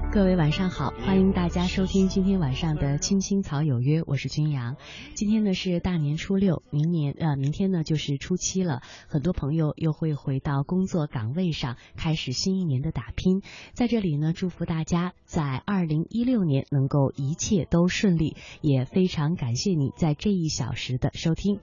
各位晚上好，欢迎大家收听今天晚上的青青草有约，我是君阳。今天呢是大年初六，明天呢就是初七了，很多朋友又会回到工作岗位上，开始新一年的打拼。在这里呢，祝福大家在2016年能够一切都顺利，也非常感谢你在这1小时的收听。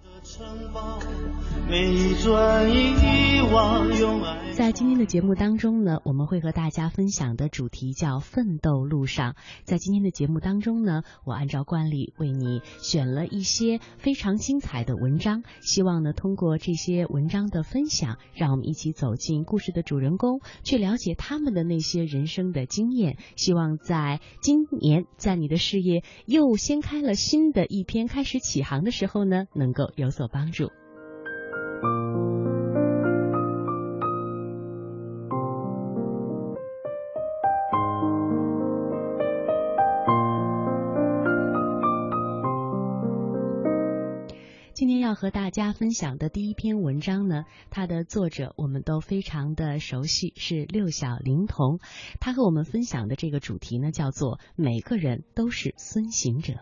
在今天的节目当中呢，我们会和大家分享的主题叫奋斗路上。在今天的节目当中呢，我按照惯例为你选了一些非常精彩的文章，希望呢通过这些文章的分享，让我们一起走进故事的主人公，去了解他们的那些人生的经验，希望在今年在你的事业又掀开了新的一篇开始起航的时候呢，能够有所帮助。今天要和大家分享的第一篇文章呢，它的作者我们都非常的熟悉，是六小龄童。他和我们分享的这个主题呢，叫做每个人都是孙行者。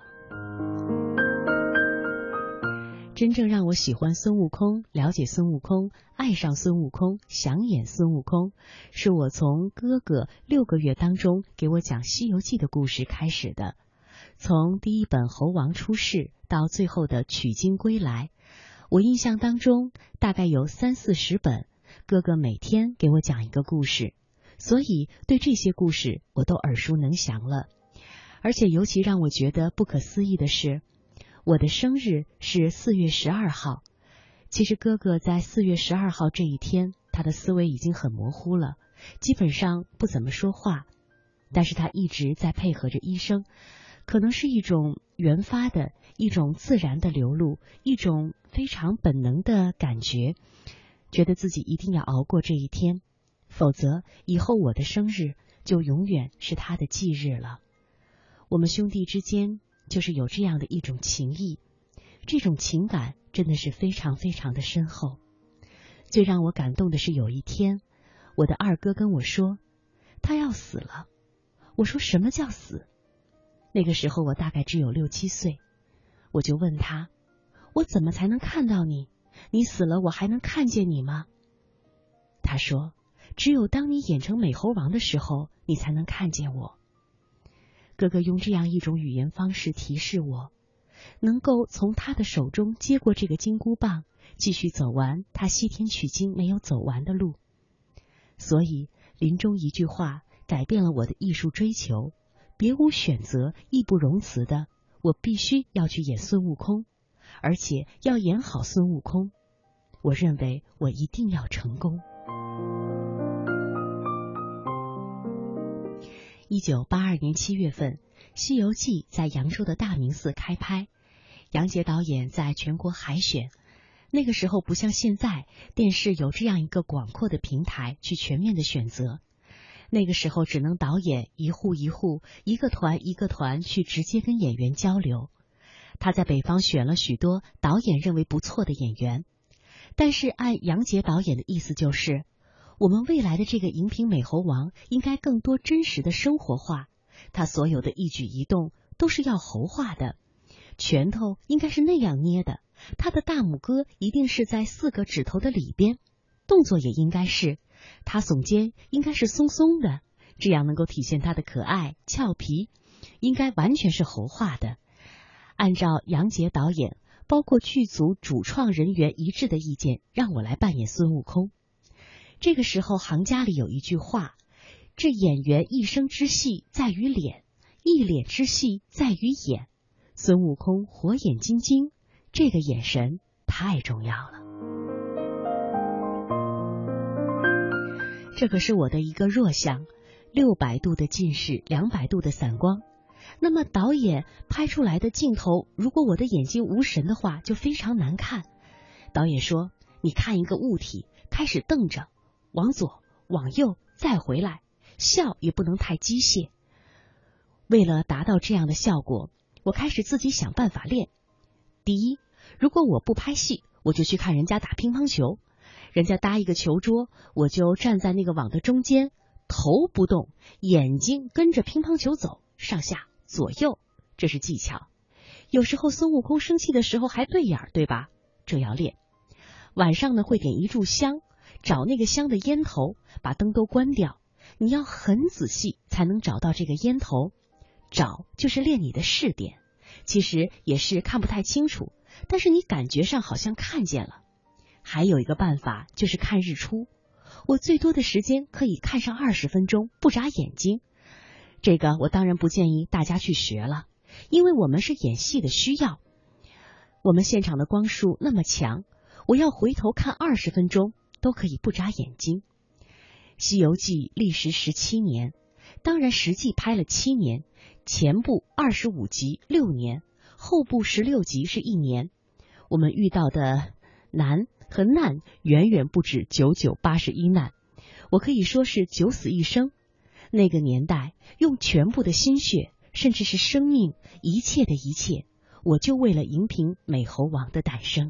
真正让我喜欢孙悟空，了解孙悟空，爱上孙悟空，想演孙悟空，是我从哥哥6个月当中给我讲《西游记》的故事开始的。从第一本猴王出世到最后的取经归来，我印象当中大概有30-40本，哥哥每天给我讲一个故事，所以对这些故事我都耳熟能详了。而且尤其让我觉得不可思议的是，我的生日是4月12号。其实哥哥在4月12号这一天，他的思维已经很模糊了，基本上不怎么说话，但是他一直在配合着医生，可能是一种原发的一种自然的流露，一种非常本能的感觉，觉得自己一定要熬过这一天，否则以后我的生日就永远是他的忌日了。我们兄弟之间就是有这样的一种情谊，这种情感真的是非常非常的深厚。最让我感动的是有一天，我的二哥跟我说他要死了。我说什么叫死？那个时候我大概只有6-7岁，我就问他，我怎么才能看到你？你死了我还能看见你吗？他说，只有当你演成美猴王的时候，你才能看见我。哥哥用这样一种语言方式提示我，能够从他的手中接过这个金箍棒，继续走完他西天取经没有走完的路。所以临终一句话改变了我的艺术追求，别无选择，义不容辞的，我必须要去演孙悟空，而且要演好孙悟空。我认为我一定要成功。1982年7月份，《西游记》在扬州的大明寺开拍，杨洁导演在全国海选。那个时候不像现在，电视有这样一个广阔的平台去全面的选择。那个时候只能导演一户一户，一个团一个团去直接跟演员交流。他在北方选了许多导演认为不错的演员，但是按杨洁导演的意思就是，我们未来的这个荧屏美猴王应该更多真实的生活化，他所有的一举一动都是要猴化的，拳头应该是那样捏的，他的大拇哥一定是在4个指头的里边，动作也应该是，他耸肩应该是松松的，这样能够体现他的可爱俏皮，应该完全是猴化的。按照杨洁导演包括剧组主创人员一致的意见，让我来扮演孙悟空。这个时候行家里有一句话，这演员一生之戏在于脸，一脸之戏在于眼，孙悟空火眼金睛，这个眼神太重要了。这可是我的一个弱项，600度的近视，200度的散光。那么导演拍出来的镜头，如果我的眼睛无神的话，就非常难看。导演说，你看一个物体，开始瞪着，往左，往右，再回来，笑也不能太机械。为了达到这样的效果，我开始自己想办法练。第一，如果我不拍戏，我就去看人家打乒乓球，人家搭一个球桌，我就站在那个网的中间， 头不动，眼睛跟着乒乓球走，上下左右，这是技巧。有时候孙悟空生气的时候还对眼，对吧？这要练。晚上呢，会点一炷香，找那个香的烟头，把灯都关掉，你要很仔细才能找到这个烟头。找就是练你的视点，其实也是看不太清楚，但是你感觉上好像看见了。还有一个办法就是看日出，我最多的时间可以看上20分钟，不眨眼睛。这个我当然不建议大家去学了，因为我们是演戏的需要。我们现场的光束那么强，我要回头看20分钟都可以不眨眼睛。西游记历时17年，当然实际拍了7年，前部25集6年，后部16集是1年。我们遇到的难和难远远不止9981难，我可以说是九死一生。那个年代用全部的心血，甚至是生命，一切的一切，我就为了荧屏美猴王的诞生。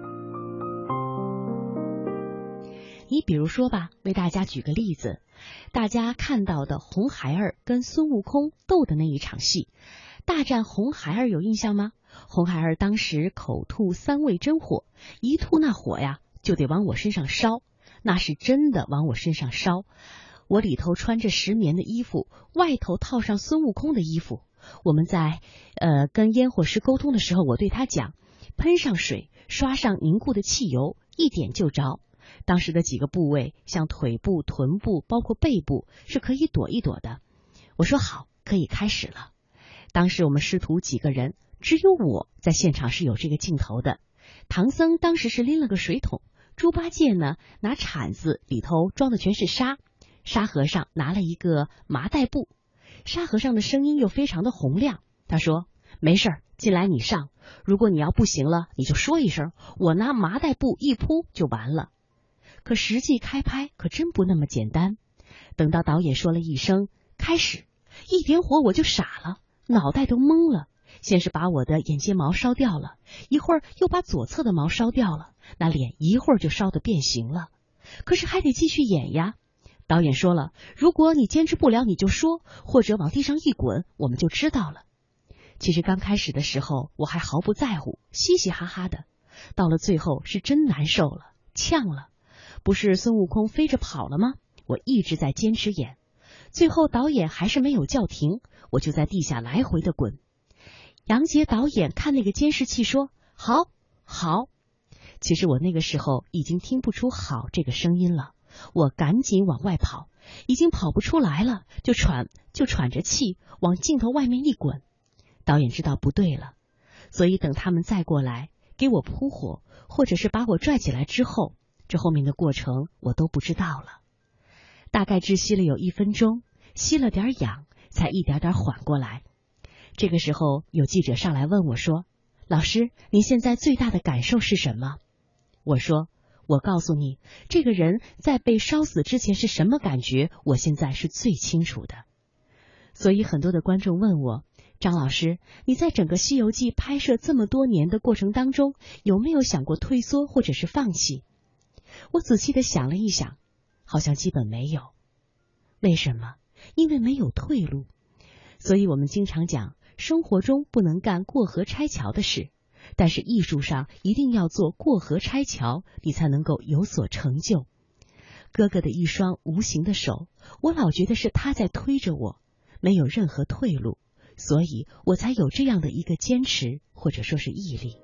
你比如说吧，为大家举个例子，大家看到的红孩儿跟孙悟空斗的那一场戏，大战红孩儿有印象吗？红孩儿当时口吐3味真火，一吐那火呀就得往我身上烧，那是真的往我身上烧。我里头穿着石棉的衣服，外头套上孙悟空的衣服。我们在跟烟火师沟通的时候，我对他讲，喷上水，刷上凝固的汽油，一点就着。当时的几个部位，像腿部、臀部，包括背部，是可以躲一躲的。我说好，可以开始了。当时我们师徒几个人，只有我在现场是有这个镜头的。唐僧当时是拎了个水桶，猪八戒呢拿铲子，里头装的全是沙，沙和尚拿了一个麻袋布。沙和尚的声音又非常的洪亮，他说没事儿，进来你上，如果你要不行了你就说一声，我拿麻袋布一铺就完了。可实际开拍可真不那么简单。等到导演说了一声开始，一点火我就傻了，脑袋都懵了。先是把我的眼睫毛烧掉了，一会儿又把左侧的毛烧掉了，那脸一会儿就烧得变形了。可是还得继续演呀。导演说了，如果你坚持不了你就说，或者往地上一滚，我们就知道了。其实刚开始的时候我还毫不在乎，嘻嘻哈哈的，到了最后是真难受了，呛了。不是孙悟空飞着跑了吗？我一直在坚持演，最后导演还是没有叫停，我就在地下来回的滚。杨洁导演看那个监视器说好好，其实我那个时候已经听不出好这个声音了，我赶紧往外跑，已经跑不出来了，就喘着气往镜头外面一滚。导演知道不对了，所以等他们再过来给我扑火，或者是把我拽起来之后，这后面的过程我都不知道了。大概窒息了有1分钟，吸了点氧，才一点点缓过来。这个时候有记者上来问我说，老师，您现在最大的感受是什么？我说，我告诉你，这个人在被烧死之前是什么感觉，我现在是最清楚的。所以很多的观众问我，张老师，你在整个《西游记》拍摄这么多年的过程当中，有没有想过退缩或者是放弃？我仔细的想了一想，好像基本没有。为什么？因为没有退路。所以我们经常讲，生活中不能干过河拆桥的事，但是艺术上一定要做过河拆桥，你才能够有所成就。哥哥的一双无形的手，我老觉得是他在推着我，没有任何退路，所以我才有这样的一个坚持，或者说是毅力。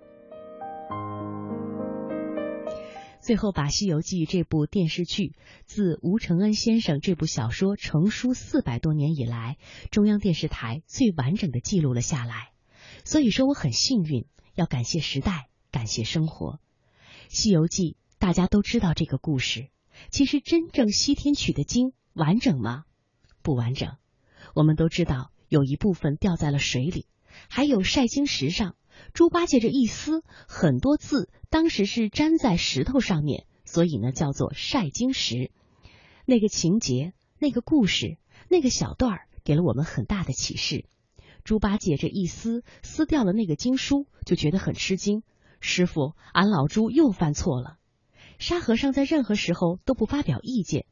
最后把《西游记》这部电视剧自吴承恩先生这部小说成书400多年以来，中央电视台最完整的记录了下来。所以说我很幸运，要感谢时代，感谢生活。《西游记》大家都知道这个故事，其实真正西天取的经完整吗？不完整。我们都知道有一部分掉在了水里，还有晒经石上，猪八戒这一撕，很多字当时是粘在石头上面，所以呢叫做晒经石。那个情节，那个故事，那个小段给了我们很大的启示。猪八戒这一撕掉了那个经书，就觉得很吃惊，师傅，俺老猪又犯错了。沙和尚在任何时候都不发表意见，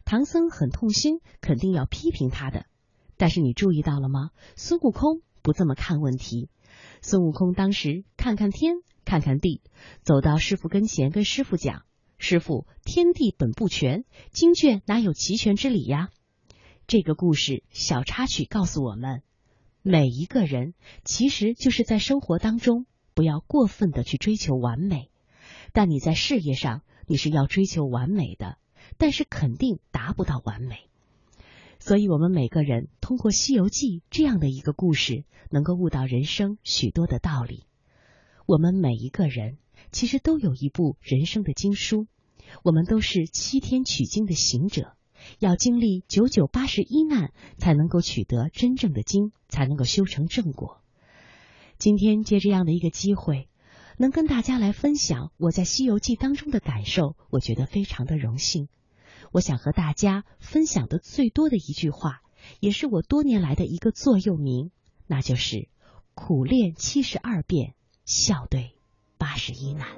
唐僧很痛心，肯定要批评他的。但是你注意到了吗？孙悟空不这么看问题。孙悟空当时看看天，看看地，走到师傅跟前，跟师傅讲：师傅，天地本不全，经卷哪有齐全之理呀？这个故事小插曲告诉我们，每一个人其实就是在生活当中不要过分的去追求完美，但你在事业上你是要追求完美的，但是肯定达不到完美。所以我们每个人通过《西游记》这样的一个故事，能够悟到人生许多的道理。我们每一个人其实都有一部人生的经书，我们都是7天取经的行者，要经历9981难，才能够取得真正的经，才能够修成正果。今天借这样的一个机会，能跟大家来分享我在《西游记》当中的感受，我觉得非常的荣幸。我想和大家分享的最多的一句话，也是我多年来的一个座右铭，那就是苦练72变，笑对81难。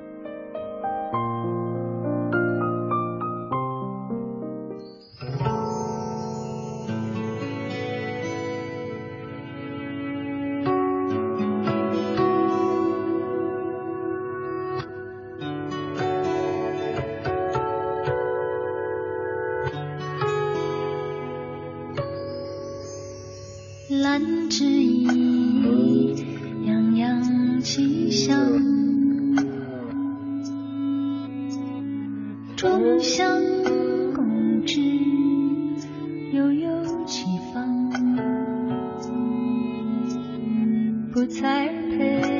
兰之意，洋洋气象，众香共知，悠悠其方，不栽培。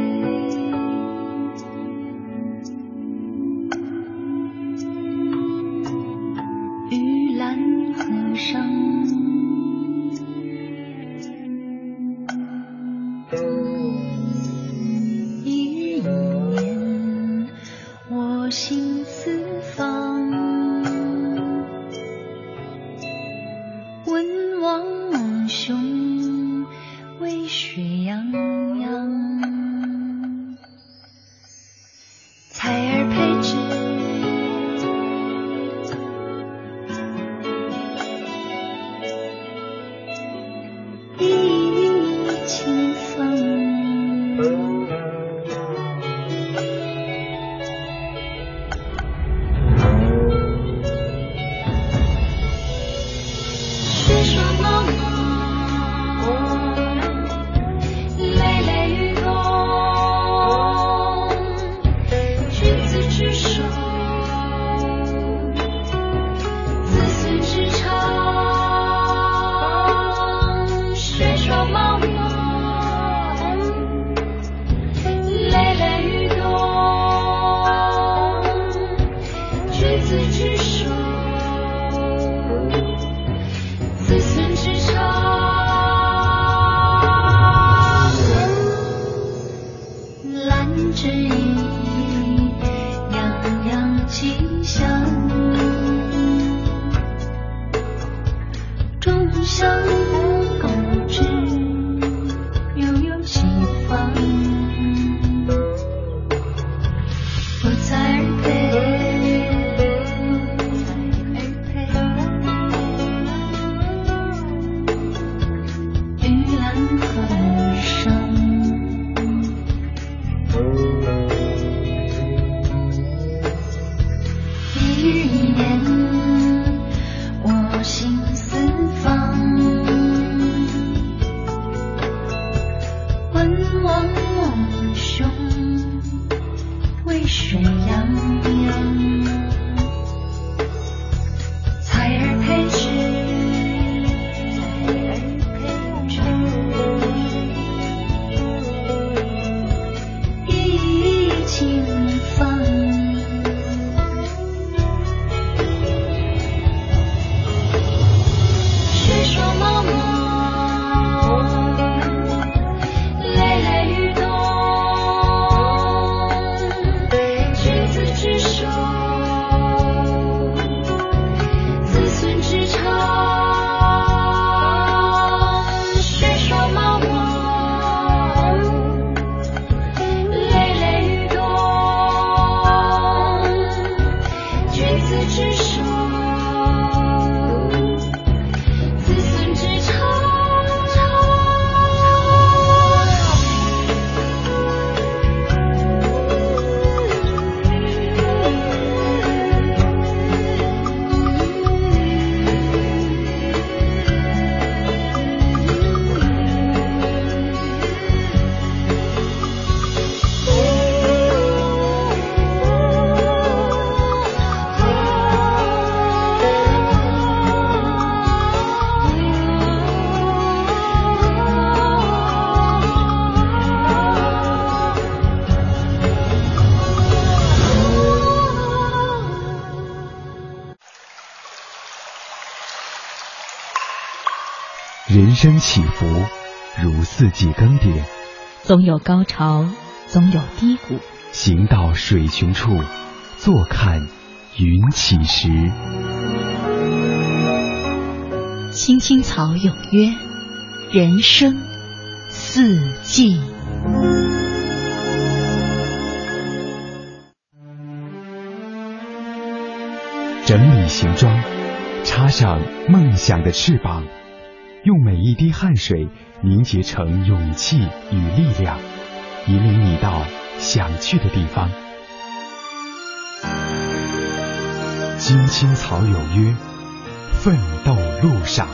玉兰河上。心四方，问王兄，为水洋洋，采而培之，一清芳。 人生起伏，如四季更迭， 总有高潮，总有低谷。 行到水穷处，坐看云起时。 青青草有约，人生四季。 整理行装，插上梦想的翅膀，用每一滴汗水凝结成勇气与力量，引领你到想去的地方。青青草有约，奋斗路上。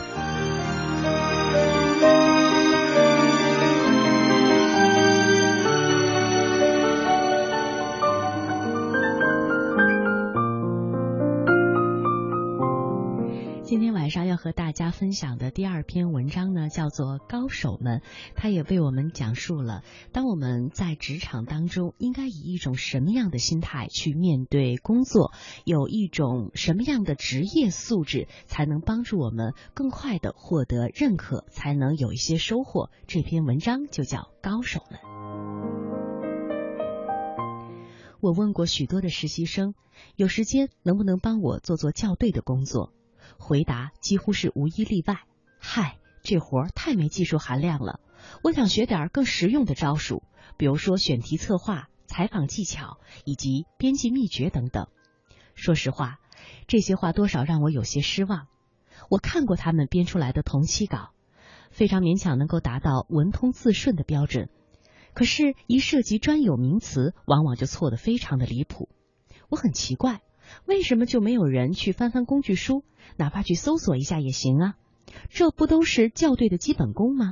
今天晚上要和大家分享的第二篇文章呢，叫做《高手们》，它也为我们讲述了当我们在职场当中应该以一种什么样的心态去面对工作，有一种什么样的职业素质才能帮助我们更快的获得认可，才能有一些收获。这篇文章就叫《高手们》。我问过许多的实习生，有时间能不能帮我做校对的工作？回答几乎是无一例外，嗨，这活儿太没技术含量了，我想学点更实用的招数，比如说选题策划、采访技巧以及编辑秘诀等等。说实话，这些话多少让我有些失望。我看过他们编出来的同期稿，非常勉强能够达到文通字顺的标准，可是一涉及专有名词，往往就错得非常的离谱。我很奇怪，为什么就没有人去翻翻工具书，哪怕去搜索一下也行啊？这不都是校对的基本功吗？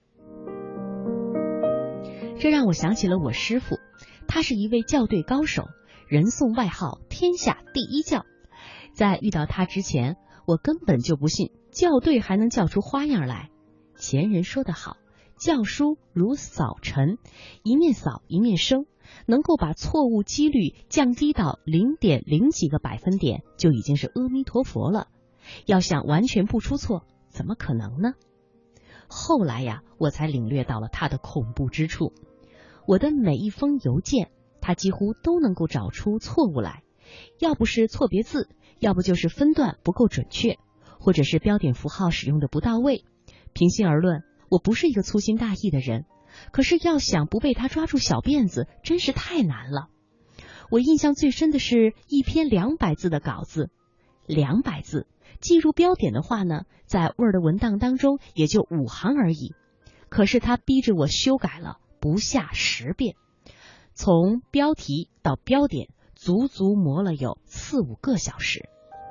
这让我想起了我师傅，他是一位校对高手，人送外号天下第一校。在遇到他之前，我根本就不信校对还能校出花样来。前人说得好，校书如扫尘，一面扫一面生，能够把错误几率降低到0.0几个百分点，就已经是阿弥陀佛了。要想完全不出错，怎么可能呢？后来呀，我才领略到了他的恐怖之处。我的每一封邮件，他几乎都能够找出错误来，要不是错别字，要不就是分段不够准确，或者是标点符号使用的不到位。平心而论，我不是一个粗心大意的人，可是要想不被他抓住小辫子，真是太难了。我印象最深的是一篇200字的稿子，200字，记入标点的话呢，在 Word 文档当中也就5行而已。可是他逼着我修改了不下10遍，从标题到标点，足足磨了有4、5个小时。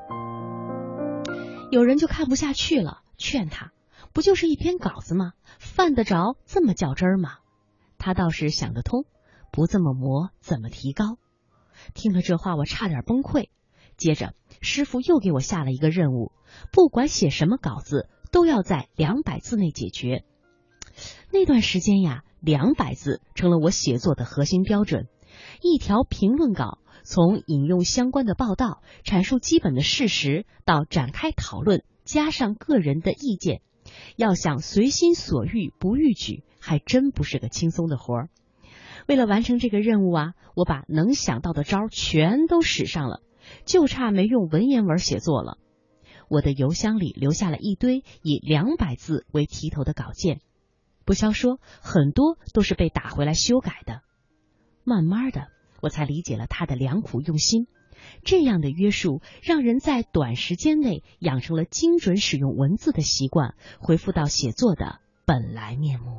有人就看不下去了，劝他，不就是一篇稿子吗？犯得着这么较真儿吗？他倒是想得通，不这么磨怎么提高？听了这话，我差点崩溃。接着师傅又给我下了一个任务，不管写什么稿子都要在200字内解决。那段时间呀，200字成了我写作的核心标准。一条评论稿，从引用相关的报道，阐述基本的事实，到展开讨论，加上个人的意见，要想随心所欲不逾矩，还真不是个轻松的活儿。为了完成这个任务啊，我把能想到的招全都使上了，就差没用文言文写作了。我的邮箱里留下了一堆以200字为题头的稿件，不消说，很多都是被打回来修改的。慢慢的，我才理解了他的良苦用心。这样的约束，让人在短时间内养成了精准使用文字的习惯，恢复到写作的本来面目。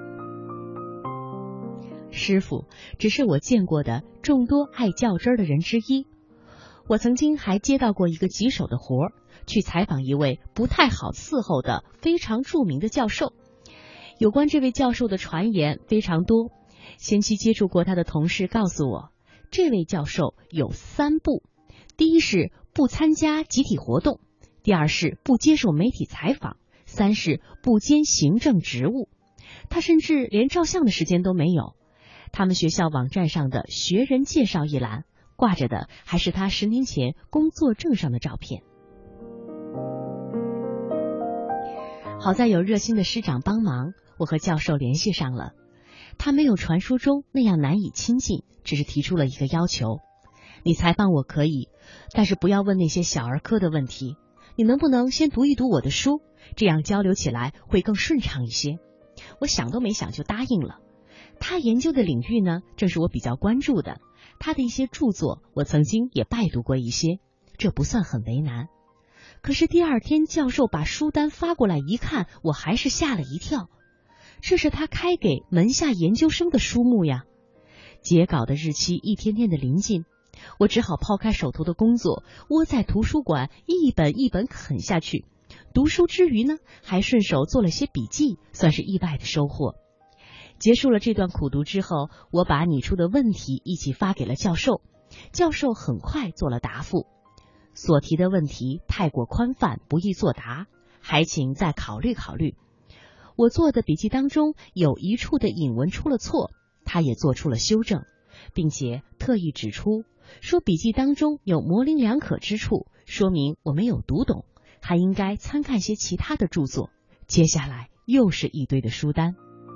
师傅只是我见过的众多爱较真的人之一。我曾经还接到过一个棘手的活儿，去采访一位不太好伺候的非常著名的教授。有关这位教授的传言非常多，先期接触过他的同事告诉我，这位教授有3不：第一是不参加集体活动，第二是不接受媒体采访，3是不兼行政职务。他甚至连照相的时间都没有。他们学校网站上的学人介绍一栏挂着的还是他10年前工作证上的照片。 好在有热心的师长帮忙，我和教授联系上了。他没有传说中那样难以亲近，只是提出了一个要求：你采访我可以，但是不要问那些小儿科的问题。你能不能先读一读我的书，这样交流起来会更顺畅一些？我想都没想就答应了。他研究的领域呢，正是我比较关注的，他的一些著作我曾经也拜读过一些，这不算很为难。可是第二天教授把书单发过来一看，我还是吓了一跳。这是他开给门下研究生的书目呀。截稿的日期一天天的临近，我只好抛开手头的工作，窝在图书馆一本一本啃下去。读书之余呢，还顺手做了些笔记，算是意外的收获。结束了这段苦读之后，我把拟出的问题一起发给了教授，教授很快做了答复。所提的问题太过宽泛，不易作答，还请再考虑考虑。我做的笔记当中有一处的引文出了错，他也做出了修正，并且特意指出说笔记当中有模棱两可之处，说明我没有读懂，还应该参看些其他的著作。接下来又是一堆的书单。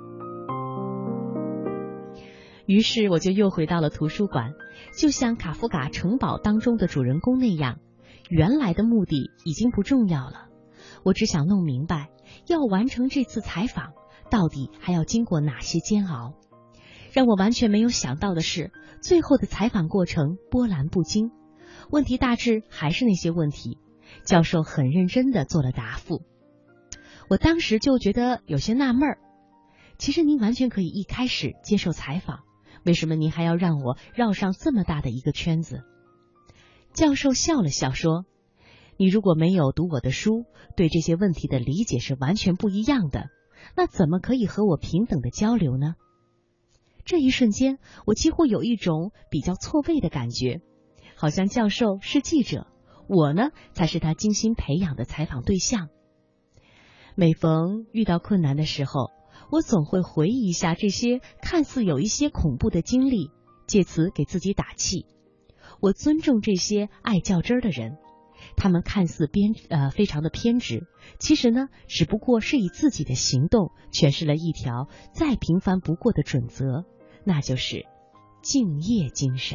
于是我就又回到了图书馆，就像卡夫卡城堡当中的主人公那样，原来的目的已经不重要了，我只想弄明白要完成这次采访到底还要经过哪些煎熬。让我完全没有想到的是，最后的采访过程波澜不惊，问题大致还是那些问题，教授很认真地做了答复。我当时就觉得有些纳闷儿，其实您完全可以一开始接受采访，为什么您还要让我绕上这么大的一个圈子？教授笑了笑说，你如果没有读我的书，对这些问题的理解是完全不一样的，那怎么可以和我平等的交流呢？这一瞬间，我几乎有一种比较错位的感觉，好像教授是记者，我呢才是他精心培养的采访对象。每逢遇到困难的时候，我总会回忆一下这些看似有一些恐怖的经历，借此给自己打气。我尊重这些爱较真儿的人，他们看似非常的偏执，其实呢，只不过是以自己的行动诠释了一条再平凡不过的准则，那就是敬业精神。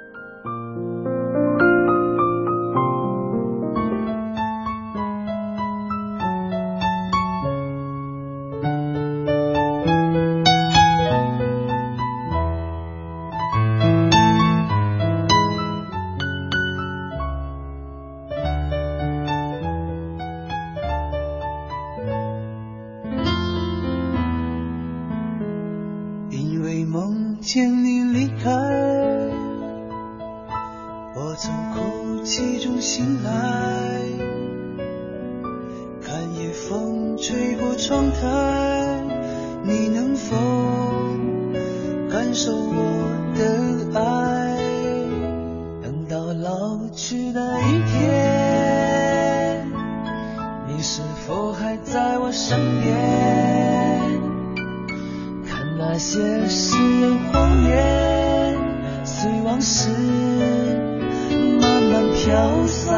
见你离开，我从哭泣中醒来，看夜风吹过窗台，你能否感受我的爱？等到老去的一天，你是否还在我身边？看那些誓言谎言，随往事慢慢飘散。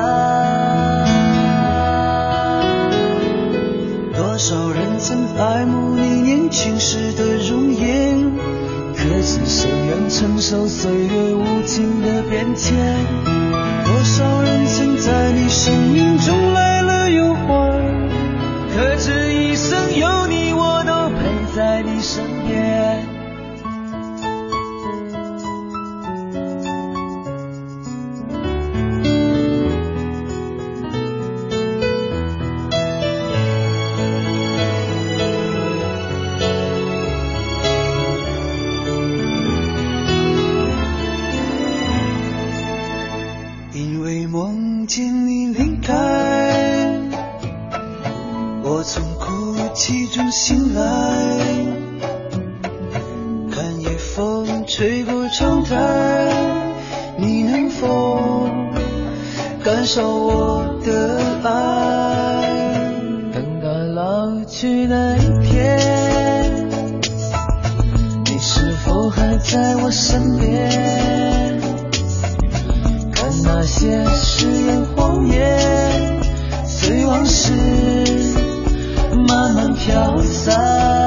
多少人曾爱慕你年轻时的容颜，可知谁愿承受岁月无情的变迁？多少人曾在你生命中来了又还，可知一生有你我都陪在你身边。因为梦见你离开，我从哭泣中醒来，看夜风吹过窗台，你能否感受我的爱？等到老去那一天，你是否还在我身边？看那些誓言谎言，随往事慢慢飘散。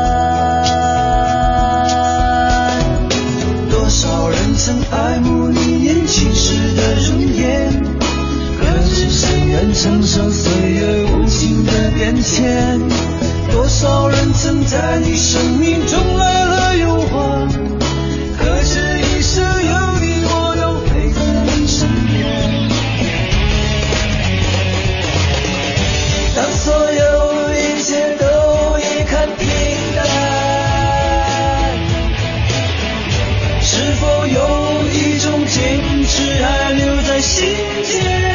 多少人曾爱慕你年轻时的容颜，可知谁愿承受岁月无情的变迁？多少人曾在你生命中来了又还，可知一生有你我都陪在你身边。当所有一切都已看平淡，是否有一种坚持还留在心间？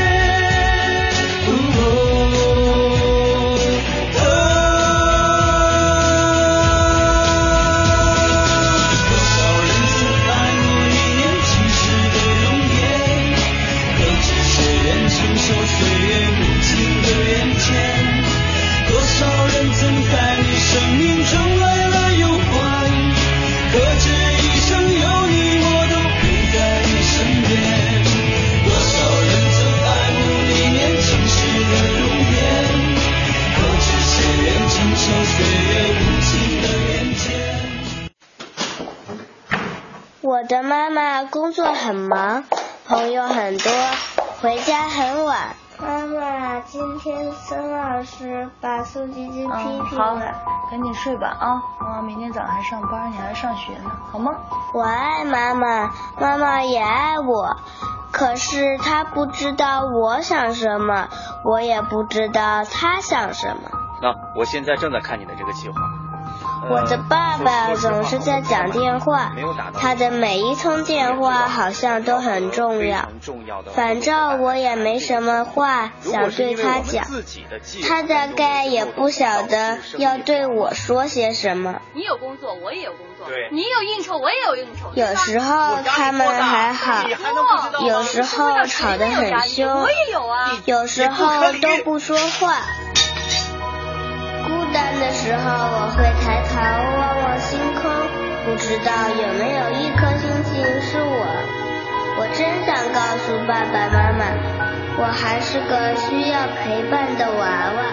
我的妈妈工作很忙，朋友很多，回家很晚。妈妈，今天孙老师把苏吉吉批评了。 好，赶紧睡吧啊！妈妈明天早上还上班，你还上学呢，好吗？ 我爱妈妈，妈妈也爱我，可是她不知道我想什么，我也不知道她想什么。 我现在正在看你的这个计划。 我的爸爸总是在讲电话，他的每一通电话好像都很重要。反正我也没什么话想对他讲，他大概也不晓得要对我说些什么。 你有工作，我也有工作；你有应酬，我也有应酬。 有时候他们还好，有时候吵得很凶， 我也有啊。 有时候都不说话。孤单的时候，我会抬头望望星空，不知道有没有一颗星星是我。我真想告诉爸爸妈妈，我还是个需要陪伴的娃娃。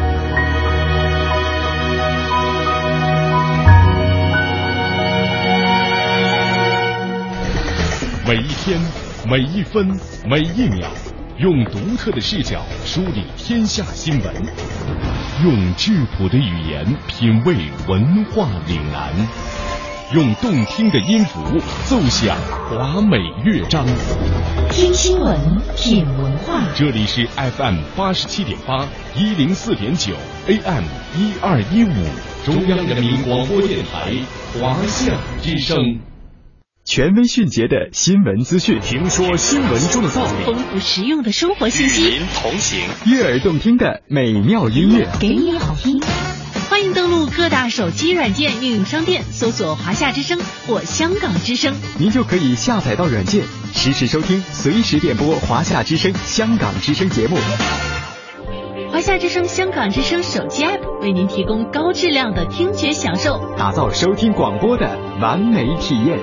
每一天，每一分，每一秒，用独特的视角梳理天下新闻，用质朴的语言品味文化岭南，用动听的音符奏响华美乐章。 听新闻，品文化。 这里是 FM 87.8 104.9 AM 1215中央人民广播电台华夏之声。 权威迅捷的新闻资讯， 听说新闻中的道理， 丰富实用的生活信息， 与您同行， 悦耳动听的美妙音乐， 给你好听。欢迎登录各大手机软件应用商店，搜索华夏之声或香港之声， 您就可以下载到软件，实时收听，随时点播华夏之声、香港之声节目。 华夏之声、香港之声手机 App 为您提供高质量的听觉享受， 打造收听广播的完美体验。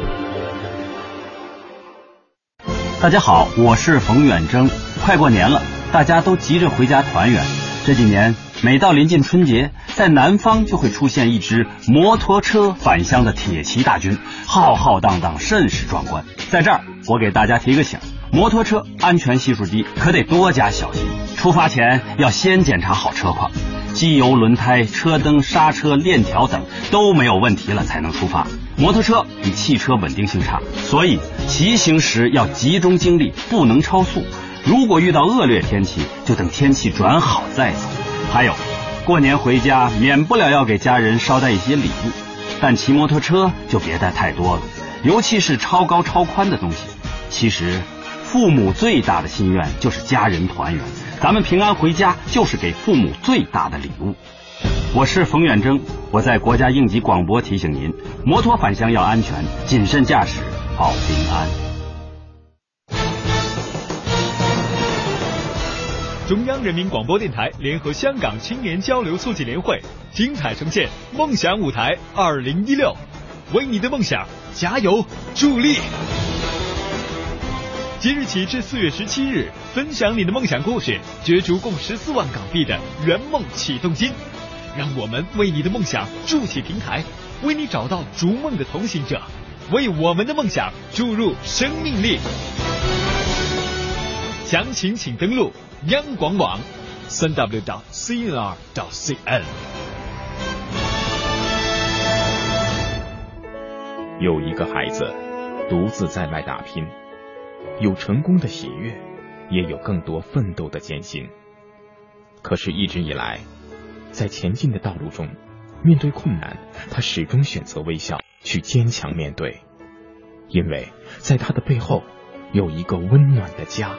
大家好，我是冯远征。快过年了，大家都急着回家团圆。这几年，每到临近春节，在南方就会出现一支摩托车返乡的铁骑大军，浩浩荡荡，甚是壮观。在这儿，我给大家提个醒，摩托车安全系数低，可得多加小心。出发前要先检查好车况，机油、轮胎、车灯、刹车、链条等都没有问题了才能出发。摩托车比汽车稳定性差，所以骑行时要集中精力，不能超速。如果遇到恶劣天气，就等天气转好再走。还有，过年回家免不了要给家人捎带一些礼物，但骑摩托车就别带太多了，尤其是超高超宽的东西。其实父母最大的心愿就是家人团圆，咱们平安回家就是给父母最大的礼物。我是冯远征，我在国家应急广播提醒您，摩托返乡要安全，谨慎驾驶保平安。 中央人民广播电台联合香港青年交流促进联会精彩呈现梦想舞台2016，为你的梦想加油助力。即日起至4月17日，分享你的梦想故事，角逐共14万港币的圆梦启动金。 让我们为你的梦想筑起平台，为你找到逐梦的同行者，为我们的梦想注入生命力。详情请登录央广网3w.cnr.cn。 有一个孩子独自在外打拼，有成功的喜悦，也有更多奋斗的艰辛。可是一直以来，在前进的道路中，面对困难，他始终选择微笑，去坚强面对，因为在他的背后有一个温暖的家。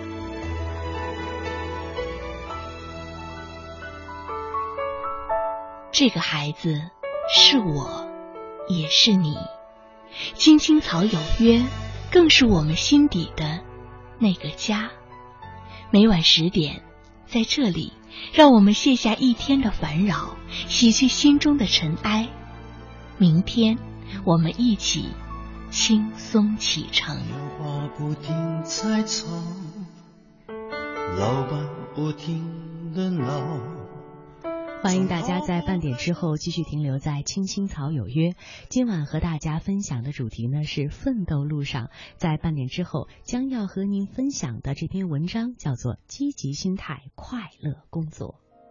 这个孩子是我，也是你。青青草有约，更是我们心底的那个家。每晚10点，在这里，让我们卸下一天的烦扰，洗去心中的尘埃。明天，我们一起轻松启程。 有话不停在吵，老板不停地闹。 欢迎大家在半点之后继续停留在青青草有约。今晚和大家分享的主题呢是奋斗路上，在半点之后将要和您分享的这篇文章叫做积极心态快乐工作。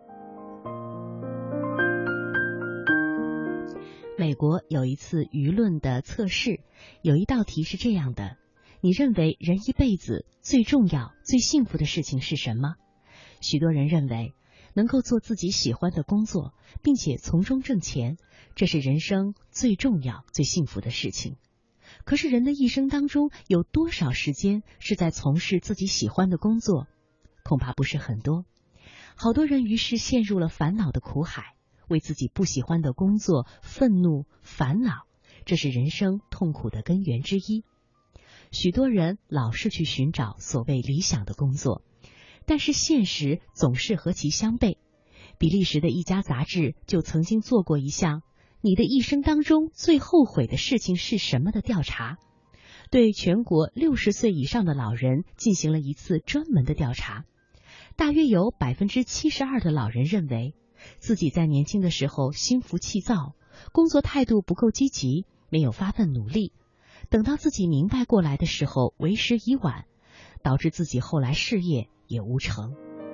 美国有一次舆论的测试，有一道题是这样的：你认为人一辈子最重要最幸福的事情是什么？许多人认为能够做自己喜欢的工作，并且从中挣钱，这是人生最重要最幸福的事情。可是人的一生当中，有多少时间是在从事自己喜欢的工作？恐怕不是很多。好多人于是陷入了烦恼的苦海，为自己不喜欢的工作愤怒烦恼，这是人生痛苦的根源之一。许多人老是去寻找所谓理想的工作，但是现实总是和其相悖。比利时的一家杂志就曾经做过一项你的一生当中最后悔的事情是什么的调查，对全国60岁以上的老人进行了一次专门的调查。大约有 72% 的老人认为自己在年轻的时候心浮气躁，工作态度不够积极，没有发奋努力，等到自己明白过来的时候为时已晚，导致自己后来事业也无成。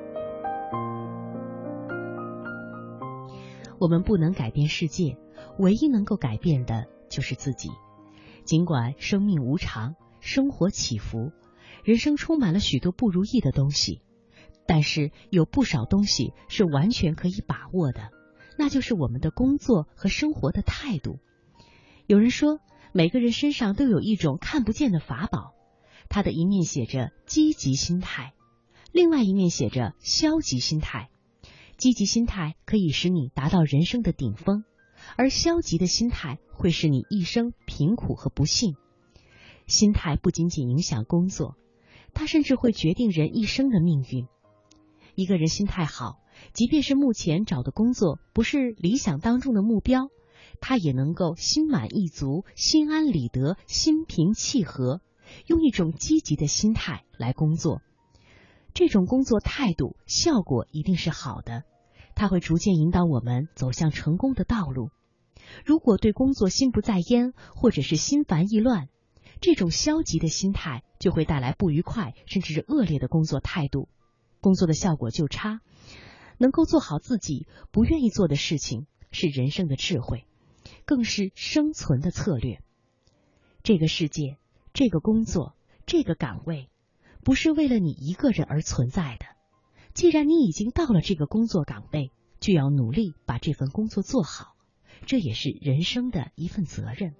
我们不能改变世界，唯一能够改变的就是自己。尽管生命无常，生活起伏，人生充满了许多不如意的东西，但是有不少东西是完全可以把握的，那就是我们的工作和生活的态度。有人说，每个人身上都有一种看不见的法宝，它的一面写着积极心态，另外一面写着消极心态。积极心态可以使你达到人生的顶峰，而消极的心态会使你一生贫苦和不幸。心态不仅仅影响工作，它甚至会决定人一生的命运。一个人心态好，即便是目前找的工作不是理想当中的目标，他也能够心满意足，心安理得，心平气和，用一种积极的心态来工作。这种工作态度效果一定是好的，它会逐渐引导我们走向成功的道路。如果对工作心不在焉，或者是心烦意乱，这种消极的心态就会带来不愉快甚至是恶劣的工作态度，工作的效果就差。能够做好自己不愿意做的事情，是人生的智慧，更是生存的策略。这个世界，这个工作，这个岗位，不是为了你一个人而存在的。既然你已经到了这个工作岗位，就要努力把这份工作做好，这也是人生的一份责任。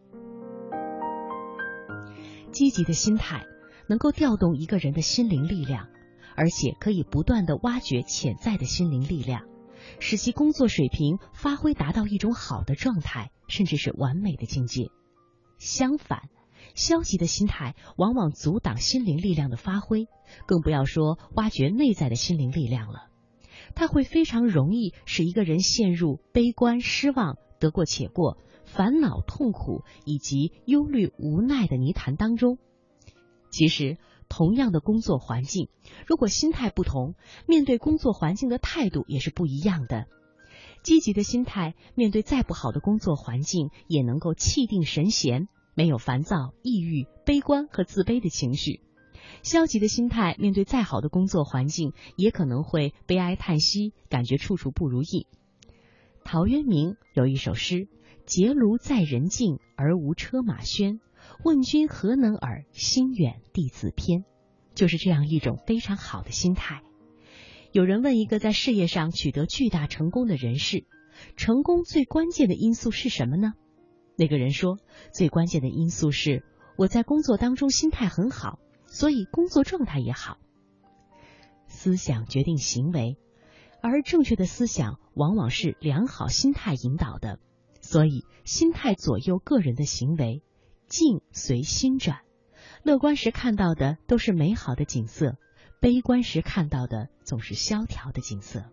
积极的心态能够调动一个人的心灵力量，而且可以不断地挖掘潜在的心灵力量，使其工作水平发挥达到一种好的状态，甚至是完美的境界。相反，消极的心态往往阻挡心灵力量的发挥，更不要说挖掘内在的心灵力量了。它会非常容易使一个人陷入悲观、失望、得过且过、烦恼、痛苦以及忧虑、无奈的泥潭当中。其实，同样的工作环境，如果心态不同，面对工作环境的态度也是不一样的。 积极的心态，面对再不好的工作环境，也能够气定神闲，没有烦躁、抑郁、悲观和自卑的情绪。消极的心态，面对再好的工作环境，也可能会悲哀叹息，感觉处处不如意。陶渊明有一首诗：结庐在人境，而无车马喧。问君何能尔？心远地自偏。就是这样一种非常好的心态。有人问一个在事业上取得巨大成功的人士，成功最关键的因素是什么呢？那个人说，最关键的因素是我在工作当中心态很好，所以工作状态也好。思想决定行为，而正确的思想往往是良好心态引导的，所以心态左右个人的行为，境随心转。乐观时看到的都是美好的景色，悲观时看到的总是萧条的景色。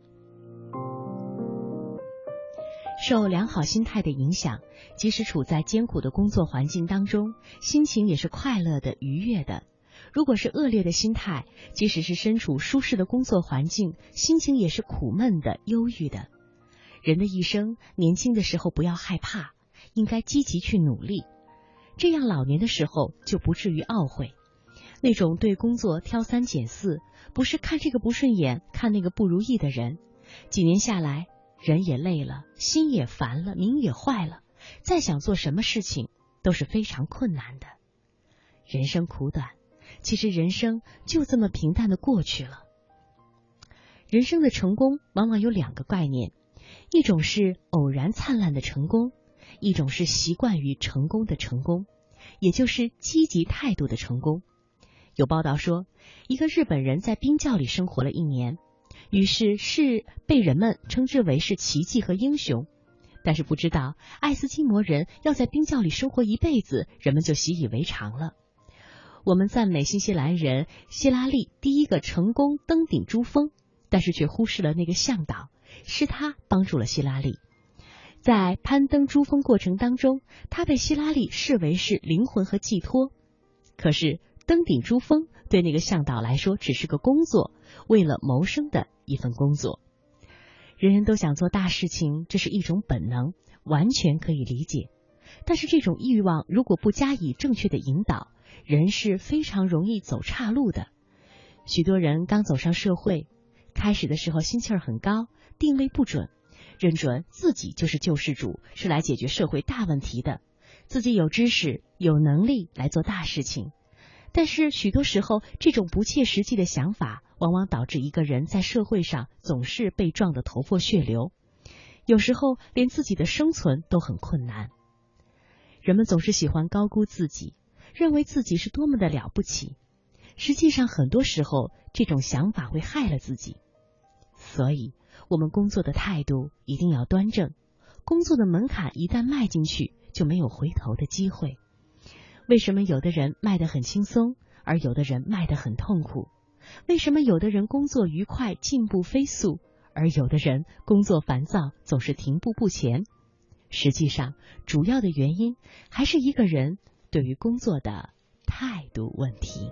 受良好心态的影响，即使处在艰苦的工作环境当中，心情也是快乐的、愉悦的。如果是恶劣的心态，即使是身处舒适的工作环境，心情也是苦闷的、忧郁的。人的一生，年轻的时候不要害怕，应该积极去努力，这样老年的时候就不至于懊悔。那种对工作挑三拣四，不是看这个不顺眼，看那个不如意的人，几年下来，人也累了，心也烦了，名也坏了，再想做什么事情都是非常困难的。人生苦短，其实人生就这么平淡的过去了。人生的成功往往有两个概念，一种是偶然灿烂的成功，一种是习惯于成功的成功，也就是积极态度的成功。有报道说，一个日本人在冰窖里生活了1年，于是被人们称之为是奇迹和英雄。但是不知道爱斯基摩人要在冰窖里生活一辈子，人们就习以为常了。我们赞美新西兰人希拉里第一个成功登顶珠峰，但是却忽视了那个向导，是他帮助了希拉里。在攀登珠峰过程当中，他被希拉里视为是灵魂和寄托。可是登顶珠峰对那个向导来说只是个工作，为了谋生的一份工作。人人都想做大事情，这是一种本能，完全可以理解。但是这种欲望如果不加以正确的引导，人是非常容易走岔路的。许多人刚走上社会，开始的时候心气儿很高，定位不准，认准自己就是救世主，是来解决社会大问题的，自己有知识有能力来做大事情。但是许多时候，这种不切实际的想法往往导致一个人在社会上总是被撞得头破血流，有时候连自己的生存都很困难。人们总是喜欢高估自己，认为自己是多么的了不起，实际上很多时候这种想法会害了自己。所以我们工作的态度一定要端正，工作的门槛一旦迈进去，就没有回头的机会。为什么有的人迈得很轻松，而有的人迈得很痛苦？为什么有的人工作愉快，进步飞速，而有的人工作烦躁，总是停步不前？实际上，主要的原因还是一个人对于工作的态度问题。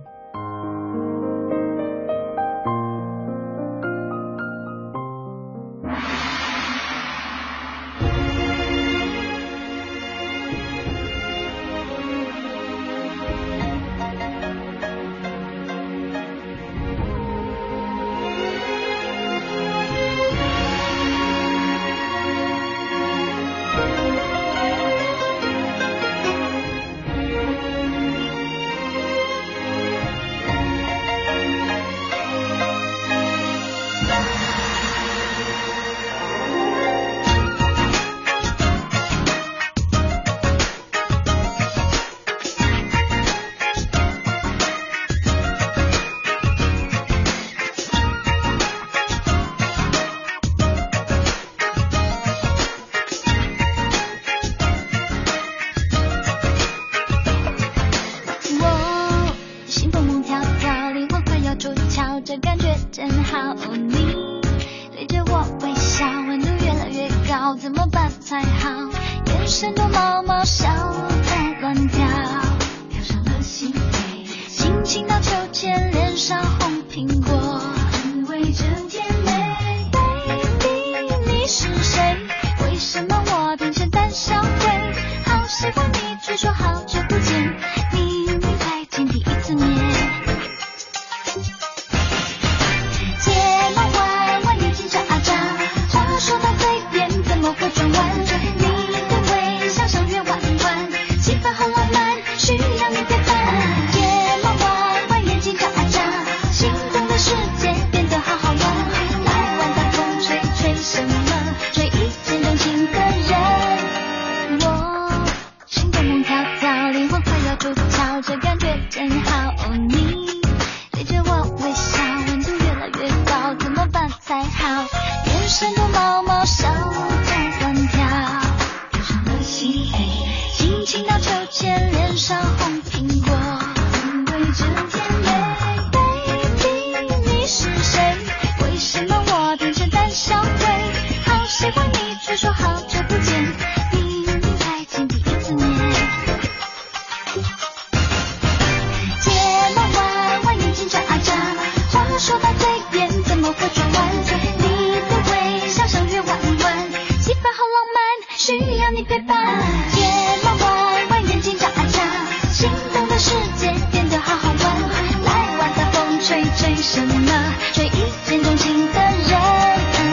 安慰着甜美 Baby 你是谁前脸上红苹果，因为这甜美 Baby 你是谁？为什么我变成胆小鬼？好喜欢你，却说好久不见，明明才见第一次面。睫毛弯弯，眼睛眨啊眨，话说到嘴边怎么会转弯？你的微笑像月弯弯，气氛好浪漫，需要你陪伴。睫毛弯弯，眼睛眨啊眨，心动的世界变得好好玩。来玩大风吹吹什么？吹一见钟情的人。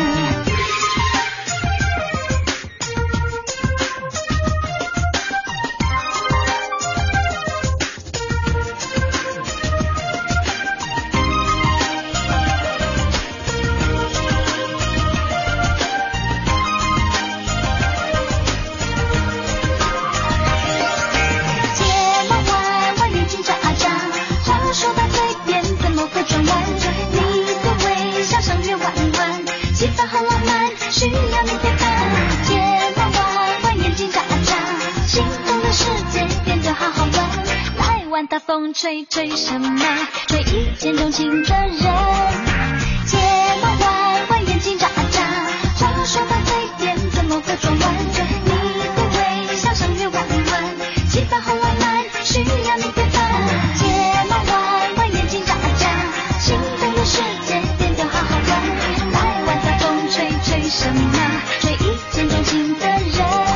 大风吹吹什么？吹一见钟情的人。睫毛弯弯，眼睛眨啊眨，话说到嘴边怎么会转弯？你的微笑像月弯弯，气氛好浪漫，需要你陪伴。睫毛弯弯，眼睛眨啊眨，心动的世界变得好好玩。来玩大风吹吹什么？吹一见钟情的人。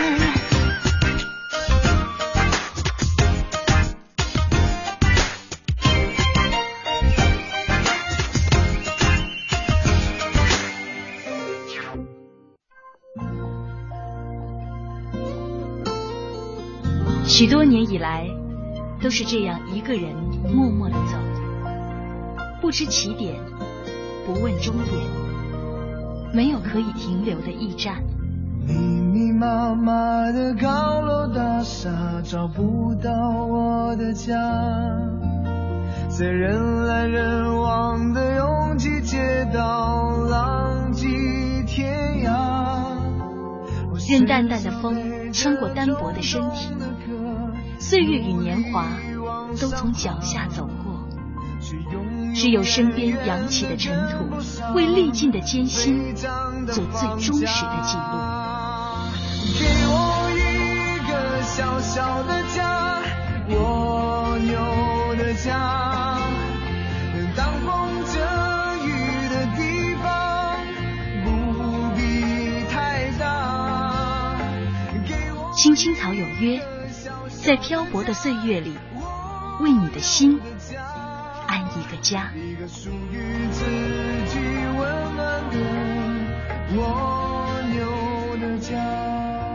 许多年以来，都是这样一个人默默地走，不知起点，不问终点，没有可以停留的驿站。 密密麻麻的高楼大厦，找不到我的家，在人来人往的拥挤街道，浪迹天涯。 任淡淡的风穿过单薄的身体，岁月与年华都从脚下走过，只有身边扬起的尘土，为历尽的艰辛做最忠实的记录。 给我一个小小的家，蜗牛的家，当风遮雨的地方不必太大。 青青草有约，在漂泊的岁月里，为你的心安一个家。 一个属于自己温暖的蜗牛的家。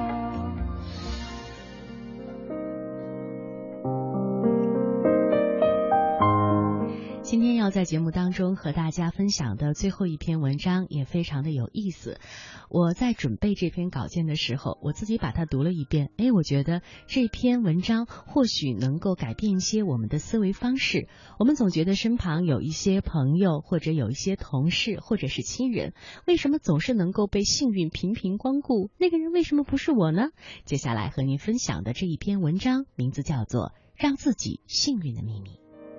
今天要在节目当中和大家分享的最后一篇文章也非常的有意思。我在准备这篇稿件的时候，我自己把它读了一遍，我觉得这篇文章或许能够改变一些我们的思维方式。我们总觉得身旁有一些朋友，或者有一些同事，或者是亲人，为什么总是能够被幸运频频光顾？那个人为什么不是我呢？接下来和您分享的这一篇文章，名字叫做《让自己幸运的秘密》。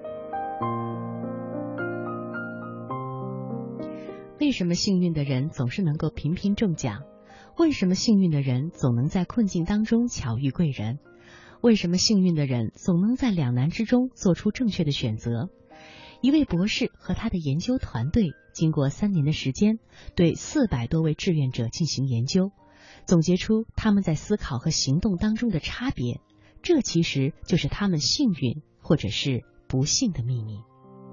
为什么幸运的人总是能够频频中奖？为什么幸运的人总能在困境当中巧遇贵人？为什么幸运的人总能在两难之中做出正确的选择？一位博士和他的研究团队经过3年的时间，对400多位志愿者进行研究，总结出他们在思考和行动当中的差别。这其实就是他们幸运或者是不幸的秘密。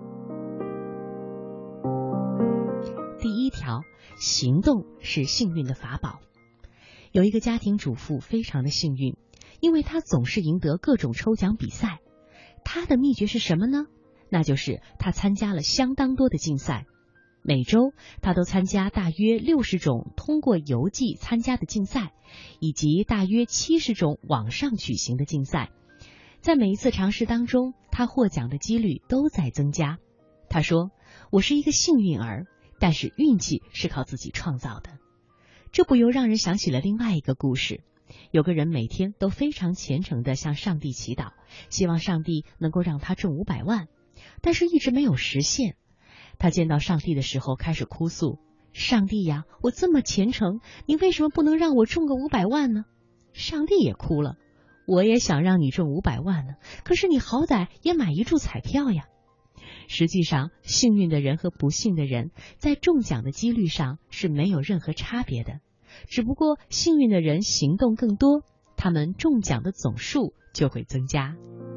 第一条，行动是幸运的法宝。有一个家庭主妇非常的幸运，因为她总是赢得各种抽奖比赛。她的秘诀是什么呢？那就是她参加了相当多的竞赛。每周她都参加大约60种通过邮寄参加的竞赛，以及大约70种网上举行的竞赛。在每一次尝试当中，她获奖的几率都在增加。她说，我是一个幸运儿，但是运气是靠自己创造的。这不由让人想起了另外一个故事。 有个人每天都非常虔诚地向上帝祈祷，希望上帝能够让他中500万，但是一直没有实现。他见到上帝的时候开始哭诉，上帝呀，我这么虔诚，你为什么不能让我中个500万呢？上帝也哭了，我也想让你中500万呢，可是你好歹也买一注彩票呀。实际上，幸运的人和不幸的人在中奖的几率上是没有任何差别的，只不过幸运的人行动更多，他们中奖的总数就会增加。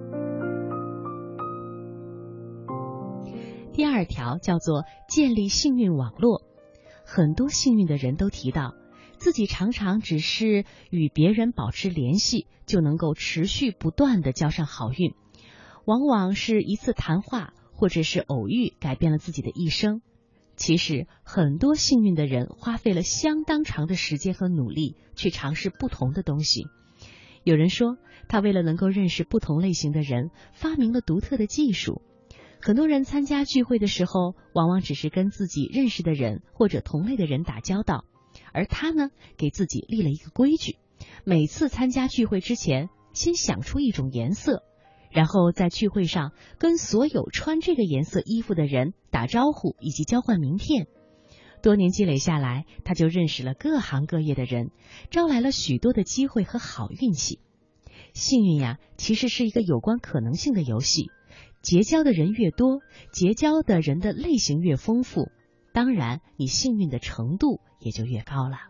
第2条叫做建立幸运网络。很多幸运的人都提到，自己常常只是与别人保持联系，就能够持续不断地交上好运，往往是一次谈话或者是偶遇改变了自己的一生。其实很多幸运的人花费了相当长的时间和努力去尝试不同的东西。有人说，他为了能够认识不同类型的人，发明了独特的技术。很多人参加聚会的时候，往往只是跟自己认识的人或者同类的人打交道，而他呢，给自己立了一个规矩，每次参加聚会之前，先想出一种颜色，然后在聚会上跟所有穿这个颜色衣服的人打招呼以及交换名片。多年积累下来，他就认识了各行各业的人，招来了许多的机会和好运气。幸运呀，其实是一个有关可能性的游戏，结交的人越多，结交的人的类型越丰富，当然你幸运的程度也就越高了。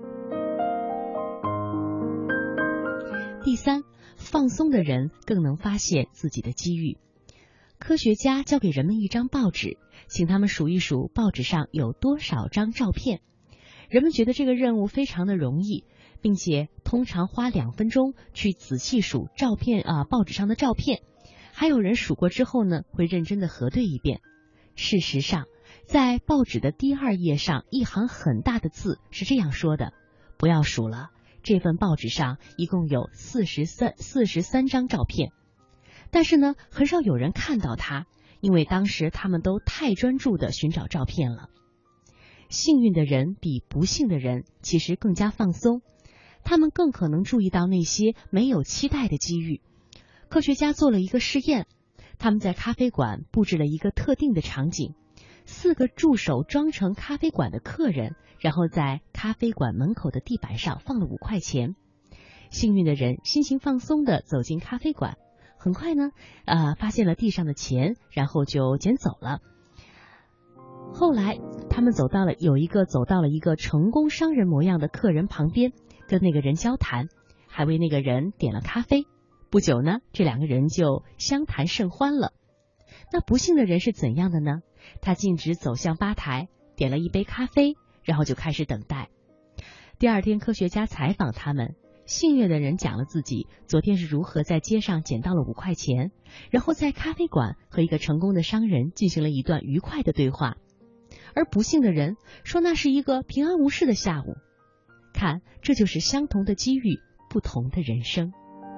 第3，放松的人更能发现自己的机遇。科学家交给人们一张报纸，请他们数一数报纸上有多少张照片。人们觉得这个任务非常的容易，并且通常花2分钟去仔细数报纸上的照片。还有人数过之后呢，会认真的核对一遍。事实上，在报纸的第2页上，一行很大的字是这样说的：不要数了，这份报纸上一共有43张照片。但是呢，很少有人看到它，因为当时他们都太专注地寻找照片了。幸运的人比不幸的人其实更加放松，他们更可能注意到那些没有期待的机遇。科学家做了一个试验，他们在咖啡馆布置了一个特定的场景，4个助手装成咖啡馆的客人，然后在咖啡馆门口的地板上放了5块钱。幸运的人心情放松地走进咖啡馆，很快呢，发现了地上的钱，然后就捡走了。后来他们走到了一个成功商人模样的客人旁边，跟那个人交谈，还为那个人点了咖啡。不久呢，这2个人就相谈甚欢了。那不幸的人是怎样的呢？他径直走向吧台，点了一杯咖啡，然后就开始等待。第2天，科学家采访他们，幸运的人讲了自己昨天是如何在街上捡到了5块钱，然后在咖啡馆和一个成功的商人进行了一段愉快的对话。而不幸的人说那是一个平安无事的下午。看，这就是相同的机遇，不同的人生。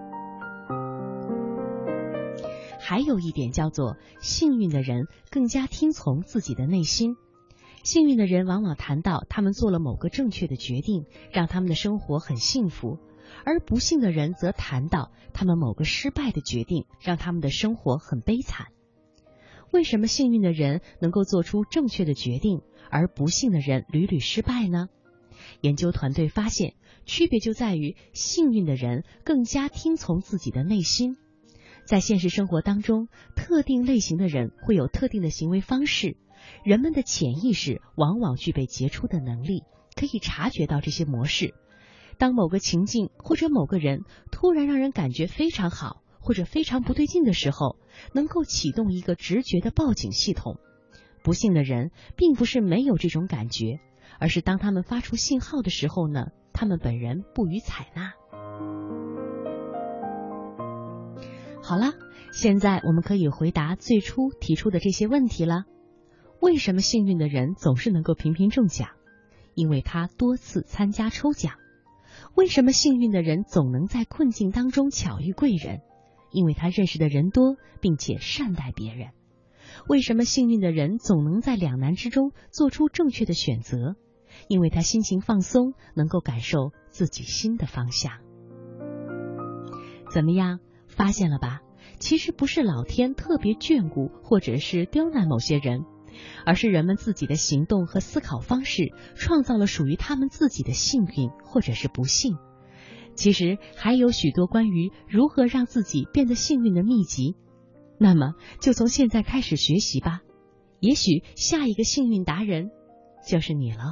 还有一点叫做幸运的人更加听从自己的内心。幸运的人往往谈到他们做了某个正确的决定，让他们的生活很幸福，而不幸的人则谈到他们某个失败的决定，让他们的生活很悲惨。为什么幸运的人能够做出正确的决定，而不幸的人屡屡失败呢？研究团队发现，区别就在于幸运的人更加听从自己的内心。在现实生活当中，特定类型的人会有特定的行为方式，人们的潜意识往往具备杰出的能力，可以察觉到这些模式。当某个情境或者某个人突然让人感觉非常好，或者非常不对劲的时候，能够启动一个直觉的报警系统。不幸的人并不是没有这种感觉，而是当他们发出信号的时候呢，他们本人不予采纳。好了，现在我们可以回答最初提出的这些问题了。为什么幸运的人总是能够频频中奖？因为他多次参加抽奖。为什么幸运的人总能在困境当中巧遇贵人？因为他认识的人多，并且善待别人。为什么幸运的人总能在两难之中做出正确的选择？因为他心情放松，能够感受自己新的方向。 怎么样，发现了吧？其实不是老天特别眷顾或者是刁难某些人，而是人们自己的行动和思考方式创造了属于他们自己的幸运或者是不幸。其实还有许多关于如何让自己变得幸运的秘籍，那么就从现在开始学习吧，也许下一个幸运达人就是你了。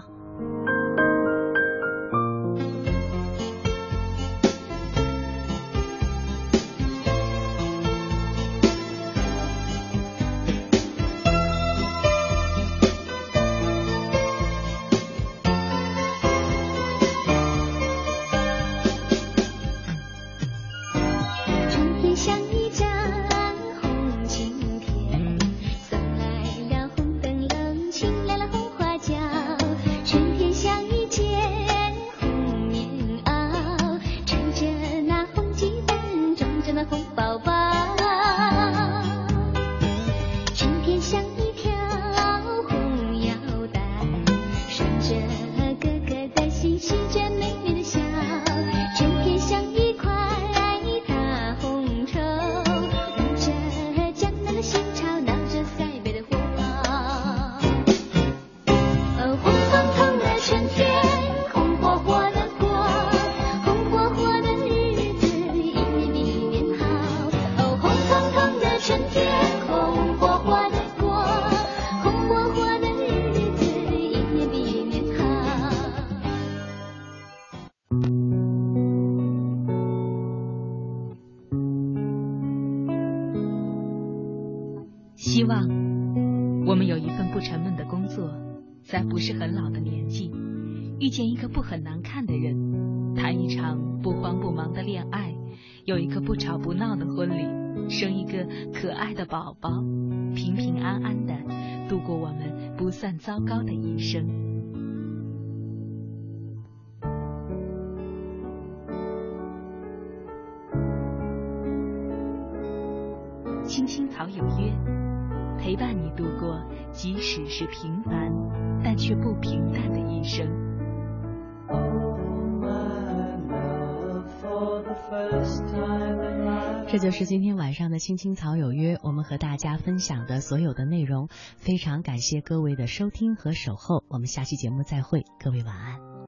希望我们有一份不沉闷的工作，在不是很老的年纪，遇见一个不很难看的人，谈一场不慌不忙的恋爱，有一个不吵不闹的婚礼，生一个可爱的宝宝，平平安安的度过我们不算糟糕的一生。青青草有约，陪伴你度过即使是平凡但却不平淡的一生。 这就是今天晚上的青青草有约，我们和大家分享的所有的内容。非常感谢各位的收听和守候，我们下期节目再会，各位晚安。